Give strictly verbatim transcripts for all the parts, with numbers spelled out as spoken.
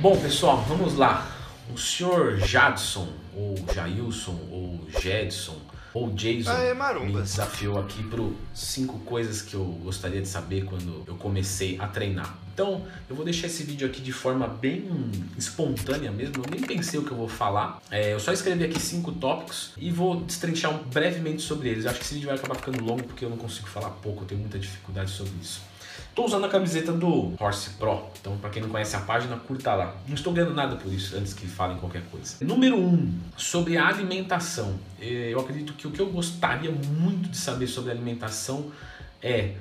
Bom, pessoal, vamos lá. O senhor Jadson, ou Jailson, ou Jedson, ou Jason Aê, me desafiou aqui para cinco coisas que eu gostaria de saber quando eu comecei a treinar. Então, eu vou deixar esse vídeo aqui de forma bem espontânea mesmo, eu nem pensei o que eu vou falar. É, eu só escrevi aqui cinco tópicos e vou destrinchar um, brevemente sobre eles. Eu acho que esse vídeo vai acabar ficando longo porque eu não consigo falar pouco, eu tenho muita dificuldade sobre isso. Estou usando a camiseta do Horse Pro, então para quem não conhece a página, curta lá. Não estou ganhando nada por isso, antes que falem qualquer coisa. Número um, sobre a alimentação. Eu acredito que o que eu gostaria muito de saber sobre alimentação é: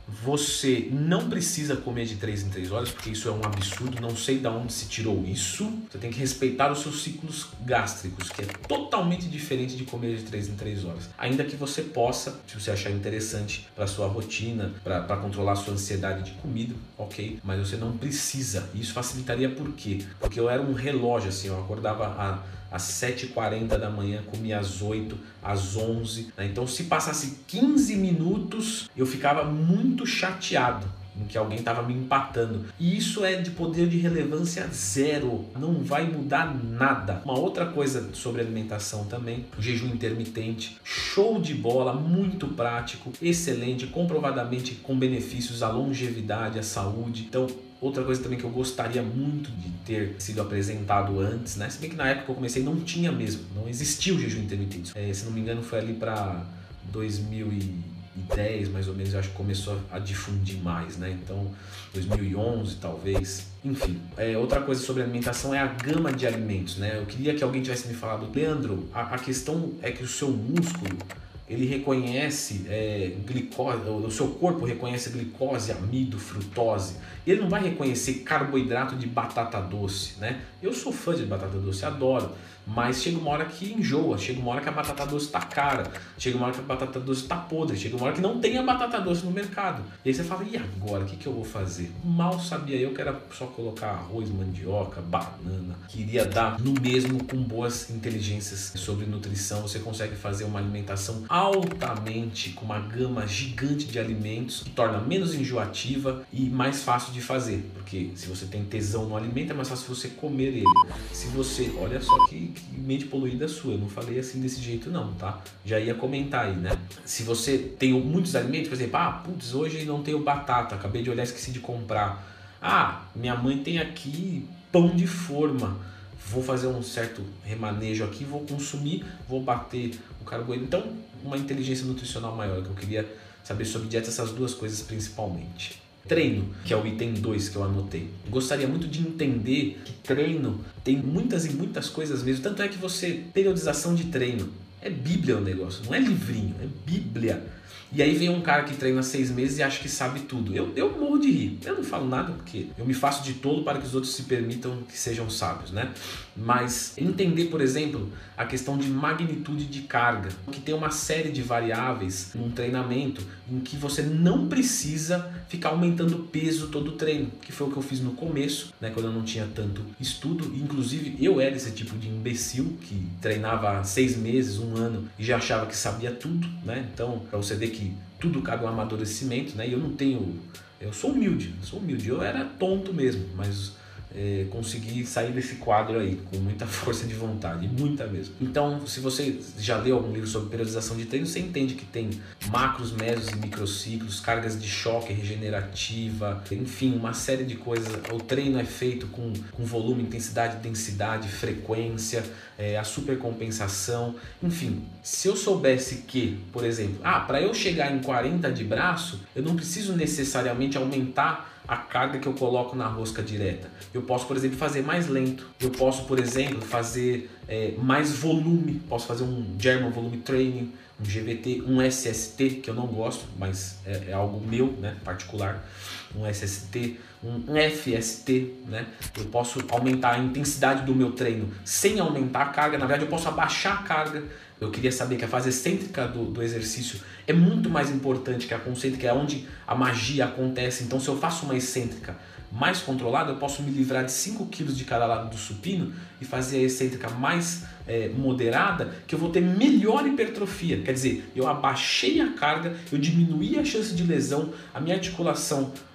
você não precisa comer de três em três horas, porque isso é um absurdo, não sei de onde se tirou isso. Você tem que respeitar os seus ciclos gástricos, que é totalmente diferente de comer de três em três horas. Ainda que você possa, se você achar interessante para sua rotina, para controlar a sua ansiedade de comida, ok? Mas você não precisa. Isso facilitaria por quê? Porque eu era um relógio assim, eu acordava a às sete e quarenta da manhã, comia às oito, às onze, né? Então se passasse quinze minutos, eu ficava muito chateado em que alguém estava me empatando. E isso é de poder de relevância zero, não vai mudar nada. Uma outra coisa sobre alimentação também, o jejum intermitente, show de bola, muito prático, excelente, comprovadamente com benefícios à longevidade, à saúde. Então, outra coisa também que eu gostaria muito de ter sido apresentado antes, né? Se bem que na época que eu comecei não tinha mesmo, não existia o jejum intermitente. É, se não me engano foi ali para dois mil e dez mais ou menos, eu acho que começou a difundir mais, né? Então dois mil e onze talvez. Enfim, é, outra coisa sobre alimentação é a gama de alimentos, né? Eu queria que alguém tivesse me falado: Leandro, a, a questão é que o seu músculo, ele reconhece é, glicose, o seu corpo reconhece glicose, amido, frutose. Ele não vai reconhecer carboidrato de batata doce, né? Eu sou fã de batata doce, adoro. Mas chega uma hora que enjoa, chega uma hora que a batata doce tá cara, chega uma hora que a batata doce tá podre, chega uma hora que não tem a batata doce no mercado. E aí você fala: e agora? O que, que eu vou fazer? Mal sabia eu que era só colocar arroz, mandioca, banana, que iria dar no mesmo. Com boas inteligências sobre nutrição, você consegue fazer uma alimentação altamente, com uma gama gigante de alimentos, que torna menos enjoativa e mais fácil de fazer. Porque se você tem tesão no alimento, é mais fácil você comer ele. Se você, olha só que Que mente poluída sua, eu não falei assim desse jeito não, tá? Já ia comentar aí, né? Se você tem muitos alimentos, por exemplo, ah, putz, hoje não tenho batata, acabei de olhar, esqueci de comprar. Ah, minha mãe tem aqui pão de forma, vou fazer um certo remanejo aqui, vou consumir, vou bater o carboidrato. Então, uma inteligência nutricional maior, que eu queria saber sobre dieta, essas duas coisas principalmente. Treino, que é o item dois que eu anotei. Gostaria muito de entender que treino tem muitas e muitas coisas mesmo. Tanto é que você, periodização de treino, é bíblia o negócio, não é livrinho, é bíblia. E aí vem um cara que treina seis meses e acha que sabe tudo. Eu, eu morro de rir. Eu não falo nada porque eu me faço de tolo para que os outros se permitam que sejam sábios, né? Mas entender, por exemplo, a questão de magnitude de carga, que tem uma série de variáveis num treinamento em que você não precisa ficar aumentando o peso todo o treino, que foi o que eu fiz no começo, né, quando eu não tinha tanto estudo. Inclusive eu era esse tipo de imbecil que treinava seis meses, um ano e já achava que sabia tudo, né? Então, para você ver que tudo cabe um amadurecimento, né? E eu não tenho, eu sou humilde, sou humilde, eu era tonto mesmo, mas é, consegui sair desse quadro aí com muita força de vontade, muita mesmo. Então, se você já leu algum livro sobre periodização de treino, você entende que tem macros, mesos e microciclos, cargas de choque regenerativa, enfim, uma série de coisas. O treino é feito com, com volume, intensidade, densidade, frequência, é, a supercompensação, enfim. Se eu soubesse que, por exemplo, ah, para eu chegar em quarenta de braço, eu não preciso necessariamente aumentar a carga que eu coloco na rosca direta. Eu posso, por exemplo, fazer mais lento. Eu posso, por exemplo, fazer é, mais volume. Posso fazer um German Volume Training, um G V T, um S S T, que eu não gosto, mas é, é algo meu, né, particular. Um S S T, um F S T, né? Eu posso aumentar a intensidade do meu treino sem aumentar a carga. Na verdade, eu posso abaixar a carga. Eu queria saber que a fase excêntrica do, do exercício é muito mais importante que a concêntrica, é onde a magia acontece. Então, se eu faço uma excêntrica mais controlada, eu posso me livrar de cinco quilos de cada lado do supino e fazer a excêntrica mais é, moderada, que eu vou ter melhor hipertrofia. Quer dizer, eu abaixei a carga, eu diminuí a chance de lesão, a minha articulação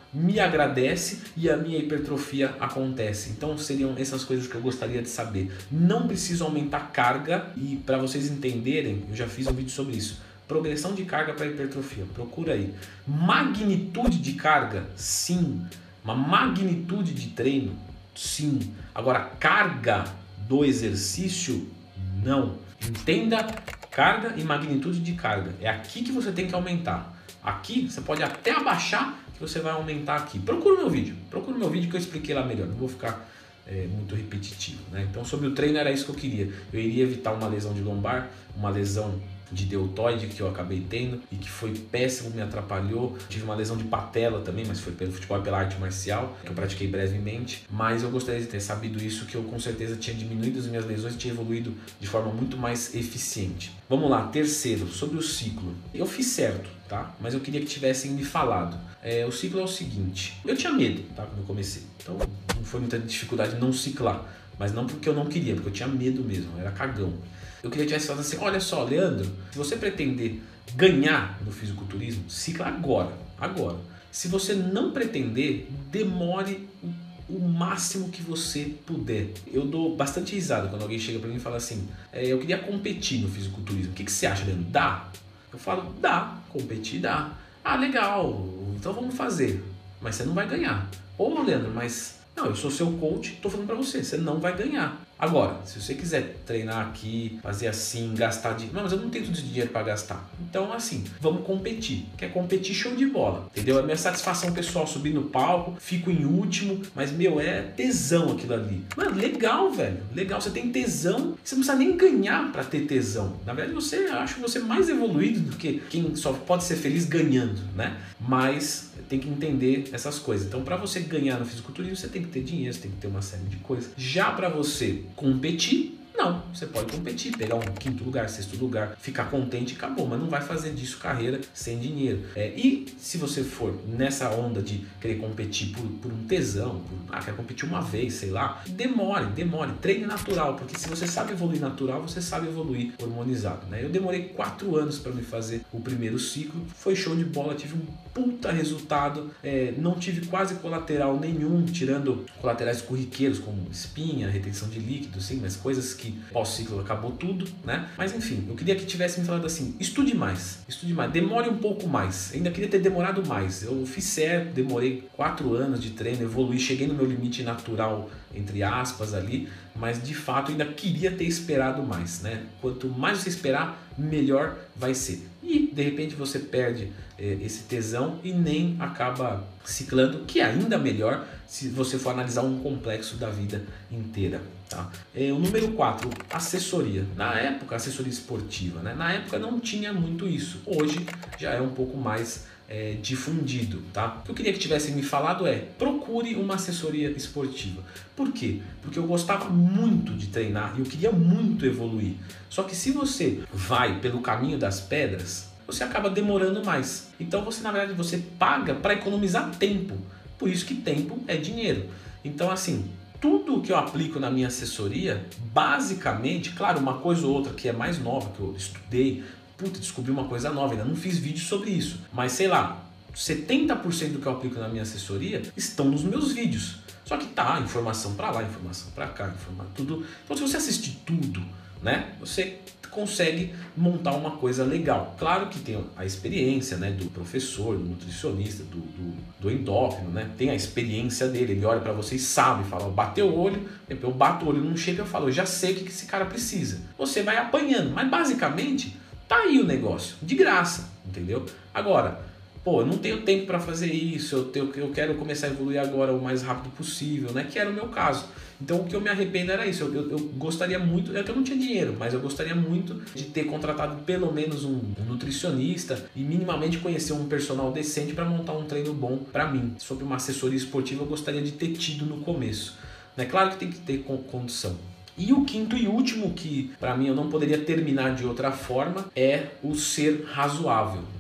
me agradece e a minha hipertrofia acontece. Então seriam essas coisas que eu gostaria de saber. Não preciso aumentar carga e para vocês entenderem, eu já fiz um vídeo sobre isso. Progressão de carga para hipertrofia, procura aí. Magnitude de carga, sim. Uma magnitude de treino, sim. Agora, carga do exercício, não. Entenda carga e magnitude de carga. É aqui que você tem que aumentar. Aqui você pode até abaixar que você vai aumentar aqui. Procura o meu vídeo. Procura o meu vídeo que eu expliquei lá melhor. Não vou ficar é, muito repetitivo, né? Então sobre o treino era isso que eu queria. Eu iria evitar uma lesão de lombar, uma lesão de deltoide que eu acabei tendo e que foi péssimo, me atrapalhou. Tive uma lesão de patela também, mas foi pelo futebol e pela arte marcial, que eu pratiquei brevemente. Mas eu gostaria de ter sabido isso, que eu com certeza tinha diminuído as minhas lesões e tinha evoluído de forma muito mais eficiente. Vamos lá, terceiro, sobre o ciclo. Eu fiz certo, tá? Mas eu queria que tivessem me falado. É, o ciclo é o seguinte, eu tinha medo, tá? Quando eu comecei. Então não foi muita dificuldade de não ciclar. Mas não porque eu não queria, porque eu tinha medo mesmo, eu era cagão. Eu queria que tivesse falado assim, olha só, Leandro, se você pretender ganhar no fisiculturismo, cicla agora, agora. Se você não pretender, demore o máximo que você puder. Eu dou bastante risada quando alguém chega pra mim e fala assim, é, eu queria competir no fisiculturismo, o que, que você acha, Leandro? Dá? Eu falo, dá, competir dá. Ah, legal, então vamos fazer, mas você não vai ganhar. Ô, Leandro, mas... Não, eu sou seu coach, tô falando pra você, você não vai ganhar. Agora, se você quiser treinar aqui, fazer assim, gastar dinheiro... Não, mas eu não tenho todo esse dinheiro para gastar. Então, assim, vamos competir. Quer competir, show de bola. Entendeu? É minha satisfação pessoal subir no palco, fico em último, mas, meu, é tesão aquilo ali. Mano, legal, velho. Legal, você tem tesão. Você não precisa nem ganhar para ter tesão. Na verdade, você acho você mais evoluído do que quem só pode ser feliz ganhando, né? Mas tem que entender essas coisas. Então, para você ganhar no fisiculturismo, você tem que ter dinheiro, você tem que ter uma série de coisas. Já para você competir, não, você pode competir, pegar um quinto lugar, sexto lugar, ficar contente e acabou, mas não vai fazer disso carreira sem dinheiro. É, e se você for nessa onda de querer competir por, por um tesão, por, ah, quer competir uma vez, sei lá, demore, demore, treine natural, porque se você sabe evoluir natural, você sabe evoluir hormonizado, né? Eu demorei quatro anos para me fazer o primeiro ciclo, foi show de bola, tive um puta resultado, é, não tive quase colateral nenhum, tirando colaterais corriqueiros como espinha, retenção de líquido, sim, mas coisas que pós-ciclo acabou tudo, né? Mas enfim, eu queria que tivesse me falado assim, estude mais, estude mais, demore um pouco mais, ainda queria ter demorado mais, eu fiz certo, demorei quatro anos de treino, evoluí, cheguei no meu limite natural, entre aspas ali, mas de fato ainda queria ter esperado mais, né? Quanto mais você esperar, melhor vai ser. E de repente você perde é, esse tesão e nem acaba ciclando, que é ainda melhor se você for analisar um complexo da vida inteira. Tá? É, o número quatro, assessoria. Na época, assessoria esportiva, né? Na época não tinha muito isso. Hoje já é um pouco mais é, difundido. Tá? O que eu queria que tivessem me falado é, procure uma assessoria esportiva. Por quê? Porque eu gostava muito de treinar e eu queria muito evoluir. Só que se você vai pelo caminho das pedras, você acaba demorando mais. Então você, na verdade, você paga para economizar tempo. Por isso que tempo é dinheiro. Então, assim, tudo que eu aplico na minha assessoria, basicamente, claro, uma coisa ou outra que é mais nova, que eu estudei, puta, descobri uma coisa nova, ainda não fiz vídeo sobre isso. Mas, sei lá, setenta por cento do que eu aplico na minha assessoria estão nos meus vídeos. Só que tá, informação para lá, informação para cá, informação tudo. Então, se você assistir tudo, né, você consegue montar uma coisa legal. Claro que tem a experiência, né, do professor, do nutricionista, do, do, do endócrino, né? Tem a experiência dele, ele olha para você e sabe, fala, bateu o olho, eu bato o olho num shape e eu falo, eu já sei o que esse cara precisa. Você vai apanhando, mas basicamente tá aí o negócio, de graça, entendeu? Agora, pô, eu não tenho tempo para fazer isso, eu, tenho, eu quero começar a evoluir agora o mais rápido possível, né? Que era o meu caso. Então o que eu me arrependo era isso, eu, eu, eu gostaria muito, é que eu não tinha dinheiro, mas eu gostaria muito de ter contratado pelo menos um, um nutricionista e minimamente conhecer um personal decente para montar um treino bom para mim. Sobre uma assessoria esportiva eu gostaria de ter tido no começo. É claro que tem que ter condição. E o quinto e último, que para mim eu não poderia terminar de outra forma, é o ser razoável, né?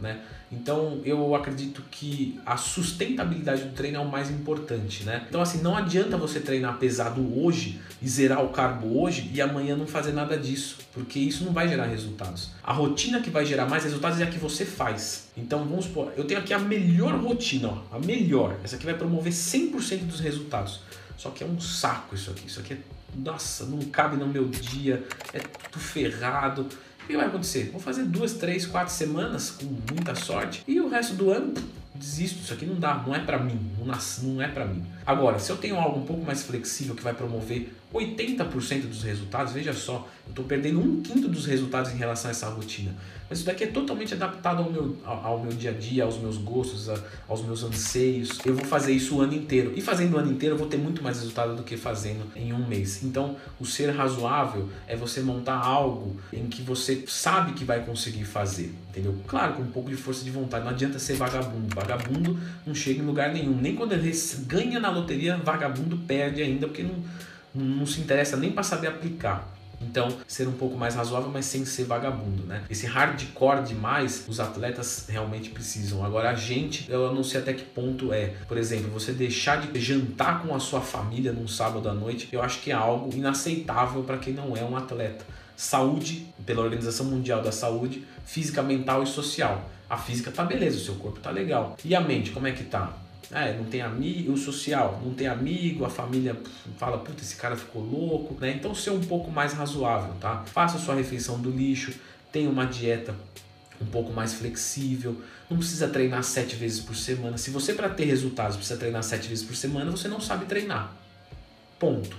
Então eu acredito que a sustentabilidade do treino é o mais importante, né? Então assim, não adianta você treinar pesado hoje e zerar o carbo hoje e amanhã não fazer nada disso, porque isso não vai gerar resultados. A rotina que vai gerar mais resultados é a que você faz. Então vamos supor, eu tenho aqui a melhor rotina, ó, a melhor. Essa aqui vai promover cem por cento dos resultados. Só que é um saco isso aqui, isso aqui é, nossa, não cabe no meu dia, é tudo ferrado. O que vai acontecer? Vou fazer duas, três, quatro semanas com muita sorte e o resto do ano desisto, isso aqui não dá, não é pra mim, não, nasce, não é pra mim. Agora, se eu tenho algo um pouco mais flexível que vai promover oitenta por cento dos resultados, veja só, eu tô perdendo um quinto dos resultados em relação a essa rotina. Mas isso daqui é totalmente adaptado ao meu, ao, ao meu dia a dia, aos meus gostos, a, aos meus anseios. Eu vou fazer isso o ano inteiro. E fazendo o ano inteiro eu vou ter muito mais resultado do que fazendo em um mês. Então, o ser razoável é você montar algo em que você sabe que vai conseguir fazer. Entendeu? Claro, com um pouco de força de vontade. Não adianta ser vagabundo. Vagabundo não chega em lugar nenhum. Nem quando ele ganha na loteria, vagabundo perde ainda, porque não, não se interessa nem para saber aplicar. Então, ser um pouco mais razoável, mas sem ser vagabundo, né? Esse hardcore demais, os atletas realmente precisam. Agora, a gente, eu não sei até que ponto é. Por exemplo, você deixar de jantar com a sua família num sábado à noite, eu acho que é algo inaceitável para quem não é um atleta. Saúde, pela Organização Mundial da Saúde, física, mental e social. A física tá beleza, o seu corpo tá legal. E a mente, como é que tá? É, não tem amigo, o social, não tem amigo, a família fala, puta, esse cara ficou louco, né? Então ser um pouco mais razoável, tá? Faça a sua refeição do lixo, tenha uma dieta um pouco mais flexível, não precisa treinar sete vezes por semana. Se você, para ter resultados, precisa treinar sete vezes por semana, você não sabe treinar. Ponto.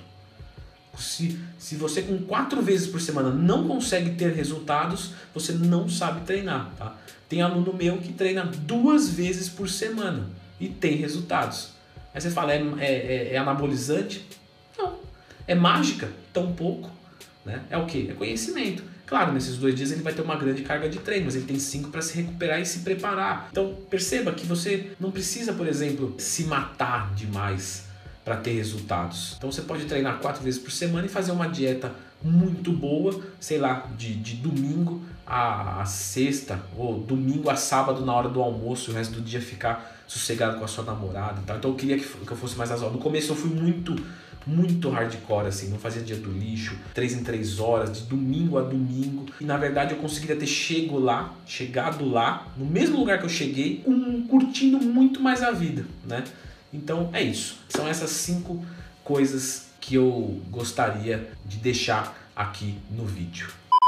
Se, se você com quatro vezes por semana não consegue ter resultados, você não sabe treinar, tá? Tem aluno meu que treina duas vezes por semana e tem resultados. Aí você fala, é, é, é anabolizante? Não. É mágica? Tão pouco. Né? É o quê? É conhecimento. Claro, nesses dois dias ele vai ter uma grande carga de treino, mas ele tem cinco para se recuperar e se preparar. Então perceba que você não precisa, por exemplo, se matar demais para ter resultados. Então você pode treinar quatro vezes por semana e fazer uma dieta muito boa, sei lá, de, de domingo a, a sexta, ou domingo a sábado na hora do almoço, e o resto do dia ficar sossegado com a sua namorada e tal. Então eu queria que, que eu fosse mais razoável. No começo eu fui muito, muito hardcore, assim, não fazia dia do lixo, três em três horas, de domingo a domingo. E na verdade eu conseguiria ter chego lá, chegado lá, no mesmo lugar que eu cheguei, um, curtindo muito mais a vida, né? Então é isso. São essas cinco coisas que eu gostaria de deixar aqui no vídeo.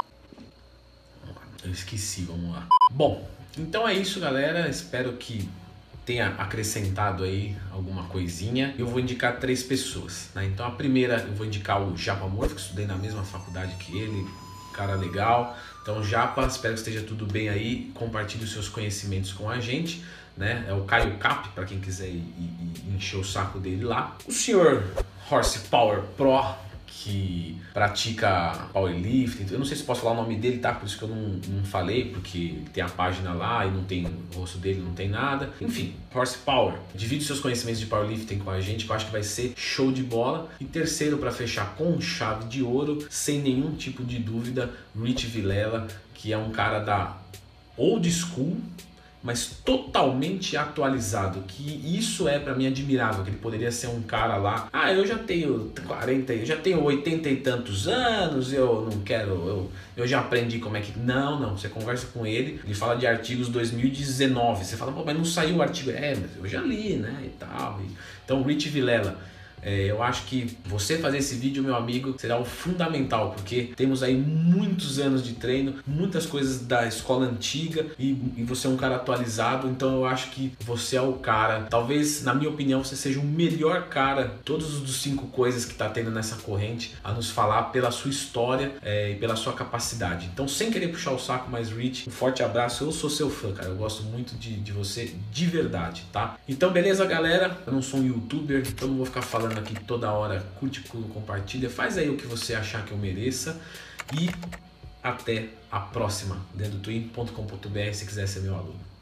Eu esqueci, vamos lá. Bom, então é isso, galera. Espero que tenha acrescentado aí alguma coisinha. Eu vou indicar três pessoas, né? Então a primeira eu vou indicar o Japa Morfo, que estudei na mesma faculdade que ele, cara legal. Então Japa, espero que esteja tudo bem aí. Compartilhe os seus conhecimentos com a gente, né? É o Caio Cap, para quem quiser ir, ir, ir encher o saco dele lá. O senhor Horsepower Pro, que pratica powerlifting, eu não sei se posso falar o nome dele, tá? Por isso que eu não, não falei, porque tem a página lá e não tem o rosto dele, não tem nada. Enfim, Horsepower, divide seus conhecimentos de powerlifting com a gente, que eu acho que vai ser show de bola. E terceiro, para fechar com chave de ouro, sem nenhum tipo de dúvida, Rich Vilela, que é um cara da old school, mas totalmente atualizado, que isso é para mim admirável, que ele poderia ser um cara lá, ah, eu já tenho quarenta, eu já tenho oitenta e tantos anos, eu não quero, eu, eu já aprendi como é que... Não, não, você conversa com ele, ele fala de artigos dois mil e dezenove, você fala, pô, mas não saiu o artigo, é, mas eu já li, né, e tal. Então, Rich Vilela, É, eu acho que você fazer esse vídeo, meu amigo, será o fundamental, porque temos aí muitos anos de treino, muitas coisas da escola antiga e, e você é um cara atualizado, então eu acho que você é o cara, talvez, na minha opinião, você seja o melhor cara, todos os cinco coisas que tá tendo nessa corrente, a nos falar pela sua história é, e pela sua capacidade. Então, sem querer puxar o saco mais, Rich, um forte abraço, eu sou seu fã, cara, eu gosto muito de, de você de verdade, tá? Então, beleza, galera? Eu não sou um youtuber, então não vou ficar falando aqui toda hora, curte, compartilha, faz aí o que você achar que eu mereça e até a próxima, dentro do twin ponto com ponto br, se quiser ser meu aluno.